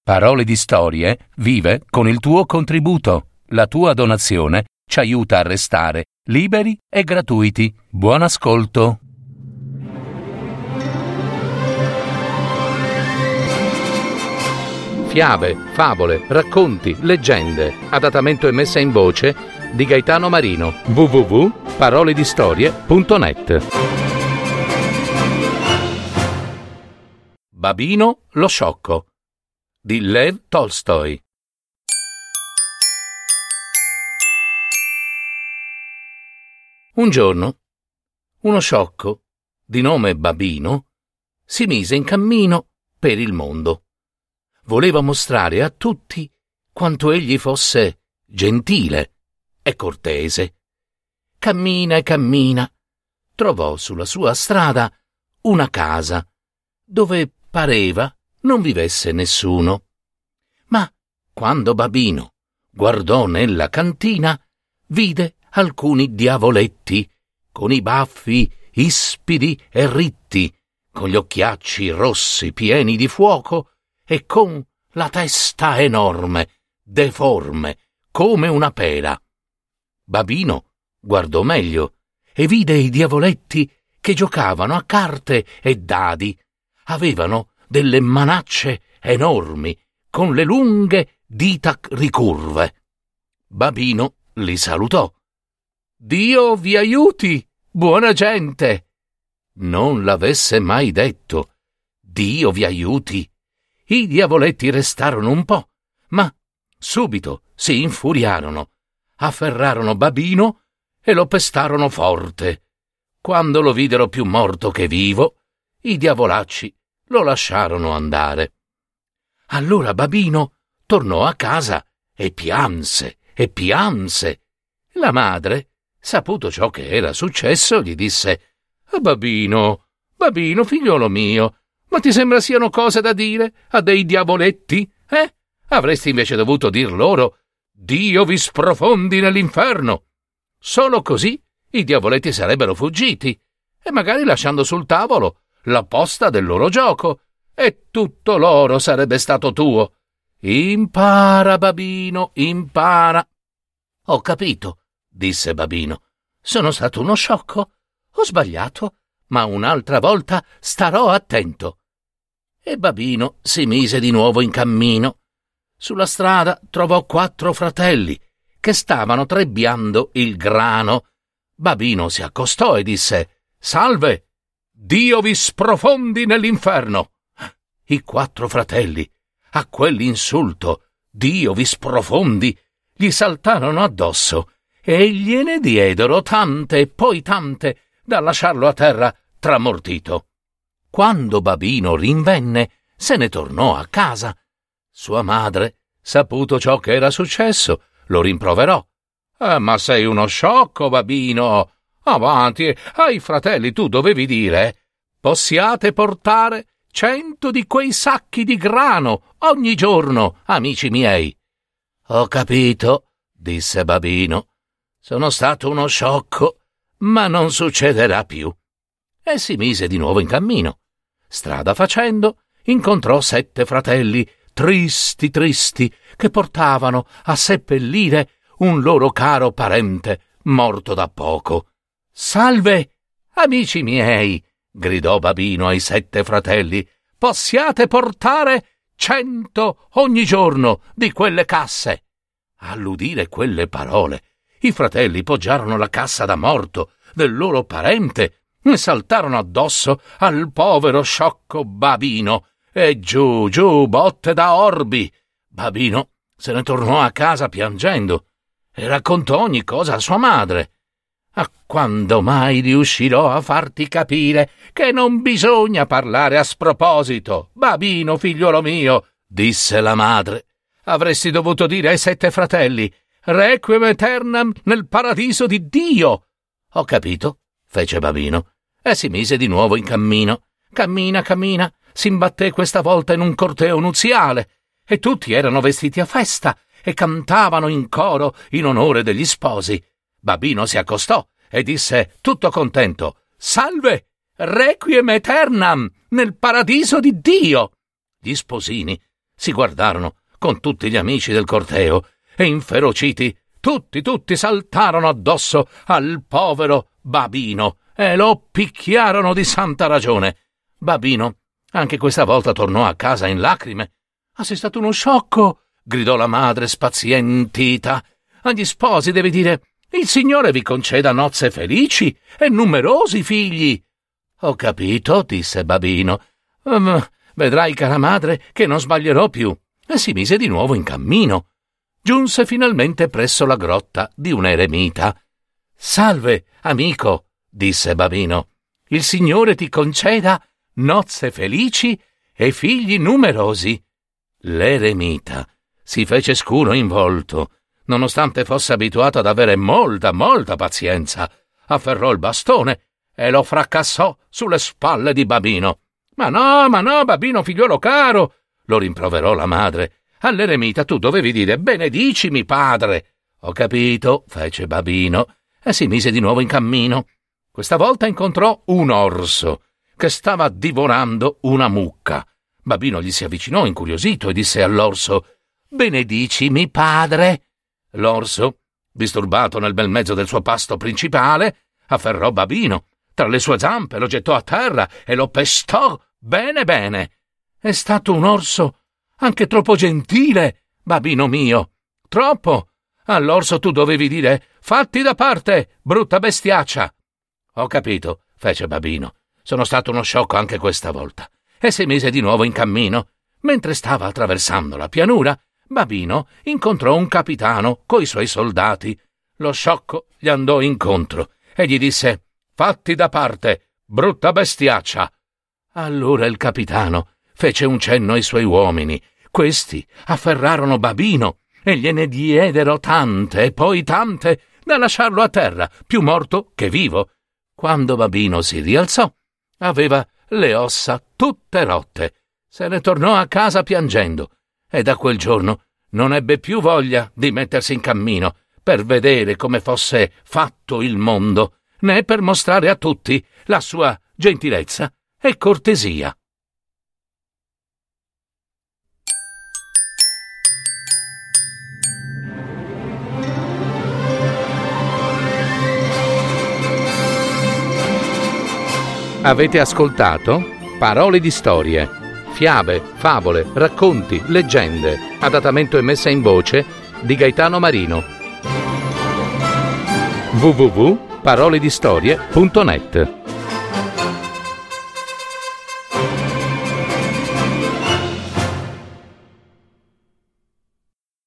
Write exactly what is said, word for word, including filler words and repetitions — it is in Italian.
Parole di Storie vive con il tuo contributo. La tua donazione ci aiuta a restare liberi e gratuiti. Buon ascolto. Fiabe, favole, racconti, leggende. Adattamento e messa in voce di Gaetano Marino. w w w punto parole di storie punto net. Babino lo sciocco di Lev Tolstoi. Un giorno, uno sciocco, di nome Babino, si mise in cammino per il mondo. Voleva mostrare a tutti quanto egli fosse gentile e cortese. Cammina e cammina, trovò sulla sua strada una casa, dove pareva non vivesse nessuno. Ma quando Babino guardò nella cantina, vide alcuni diavoletti, con i baffi ispidi e ritti, con gli occhiacci rossi pieni di fuoco e con la testa enorme, deforme, come una pera. Babino guardò meglio e vide i diavoletti che giocavano a carte e dadi. Avevano delle manacce enormi, con le lunghe dita ricurve. Babino li salutò. «Dio vi aiuti, buona gente!» Non l'avesse mai detto. «Dio vi aiuti!» I diavoletti restarono un po', ma subito si infuriarono, afferrarono Babino e lo pestarono forte. Quando lo videro più morto che vivo, i diavolacci lo lasciarono andare. Allora Babino tornò a casa e pianse e pianse. La madre, saputo ciò che era successo, gli disse: «Babino, Babino, figliolo mio, ma ti sembra siano cose da dire a dei diavoletti, eh? Avresti invece dovuto dir loro: Dio vi sprofondi nell'inferno. Solo così i diavoletti sarebbero fuggiti, e magari lasciando sul tavolo la posta del loro gioco, e tutto l'oro sarebbe stato tuo. Impara, Babino, impara». «Ho capito», disse Babino. «Sono stato uno sciocco, ho sbagliato, ma un'altra volta starò attento». E Babino si mise di nuovo in cammino. Sulla strada trovò quattro fratelli che stavano trebbiando il grano. Babino si accostò e disse: «Salve, Dio vi sprofondi nell'inferno». I quattro fratelli, a quell'insulto, «Dio vi sprofondi», gli saltarono addosso e gliene diedero tante e poi tante da lasciarlo a terra tramortito. Quando Babino rinvenne, se ne tornò a casa. Sua madre, saputo ciò che era successo, lo rimproverò. Eh, «Ma sei uno sciocco, Babino! Avanti, ai fratelli tu dovevi dire: possiate portare cento di quei sacchi di grano ogni giorno, amici miei». «Ho capito», disse Babino. «Sono stato uno sciocco, ma non succederà più». E si mise di nuovo in cammino. Strada facendo, incontrò sette fratelli, tristi tristi, che portavano a seppellire un loro caro parente morto da poco. «Salve, amici miei», gridò Babino ai sette fratelli, «possiate portare cento ogni giorno di quelle casse». All'udire quelle parole, i fratelli poggiarono la cassa da morto del loro parente e saltarono addosso al povero sciocco Babino, e giù, giù, botte da orbi. Babino se ne tornò a casa piangendo e raccontò ogni cosa a sua madre. «A quando mai riuscirò a farti capire che non bisogna parlare a sproposito, Babino, figliolo mio?» disse la madre. «Avresti dovuto dire ai sette fratelli: Requiem aeternam nel paradiso di Dio». «Ho capito», fece Babino, e si mise di nuovo in cammino. Cammina, cammina, si imbatté questa volta in un corteo nuziale, e tutti erano vestiti a festa e cantavano in coro in onore degli sposi. Babino si accostò e disse, tutto contento: «Salve, Requiem aeternam nel paradiso di Dio». Gli sposini si guardarono con tutti gli amici del corteo e inferociti tutti, tutti saltarono addosso al povero Babino e lo picchiarono di santa ragione. Babino anche questa volta tornò a casa in lacrime. «Ah, sei stato uno sciocco!» gridò la madre spazientita. «Agli sposi devi dire: il Signore vi conceda nozze felici e numerosi figli!» «Ho capito», disse Babino. Um, «Vedrai, cara madre, che non sbaglierò più», e si mise di nuovo in cammino. Giunse finalmente presso la grotta di un eremita. «Salve, amico», disse Babino. «Il Signore ti conceda nozze felici e figli numerosi». L'eremita si fece scuro in volto, nonostante fosse abituato ad avere molta, molta pazienza. Afferrò il bastone e lo fracassò sulle spalle di Babino. «Ma no, ma no, Babino, figliuolo caro», lo rimproverò la madre. «All'eremita tu dovevi dire: benedicimi, padre». «Ho capito», fece Babino, e si mise di nuovo in cammino. Questa volta incontrò un orso che stava divorando una mucca. Babino gli si avvicinò incuriosito e disse all'orso: «Benedicimi, padre». L'orso, disturbato nel bel mezzo del suo pasto principale, afferrò Babino tra le sue zampe, lo gettò a terra e lo pestò bene bene. «È stato un orso anche troppo gentile, Babino mio, troppo. All'orso tu dovevi dire: fatti da parte, brutta bestiaccia». «Ho capito», fece Babino. «Sono stato uno sciocco anche questa volta». E si mise di nuovo in cammino. Mentre stava attraversando la pianura, Babino incontrò un capitano coi suoi soldati. Lo sciocco gli andò incontro e gli disse: «Fatti da parte, brutta bestiaccia». Allora il capitano fece un cenno ai suoi uomini. Questi afferrarono Babino e gliene diedero tante e poi tante da lasciarlo a terra, più morto che vivo. Quando Babino si rialzò, aveva le ossa tutte rotte. Se ne tornò a casa piangendo e da quel giorno non ebbe più voglia di mettersi in cammino per vedere come fosse fatto il mondo, né per mostrare a tutti la sua gentilezza e cortesia. Avete ascoltato Parole di storie, fiabe, favole, racconti, leggende, adattamento e messa in voce di Gaetano Marino. w w w punto paroledistorie punto net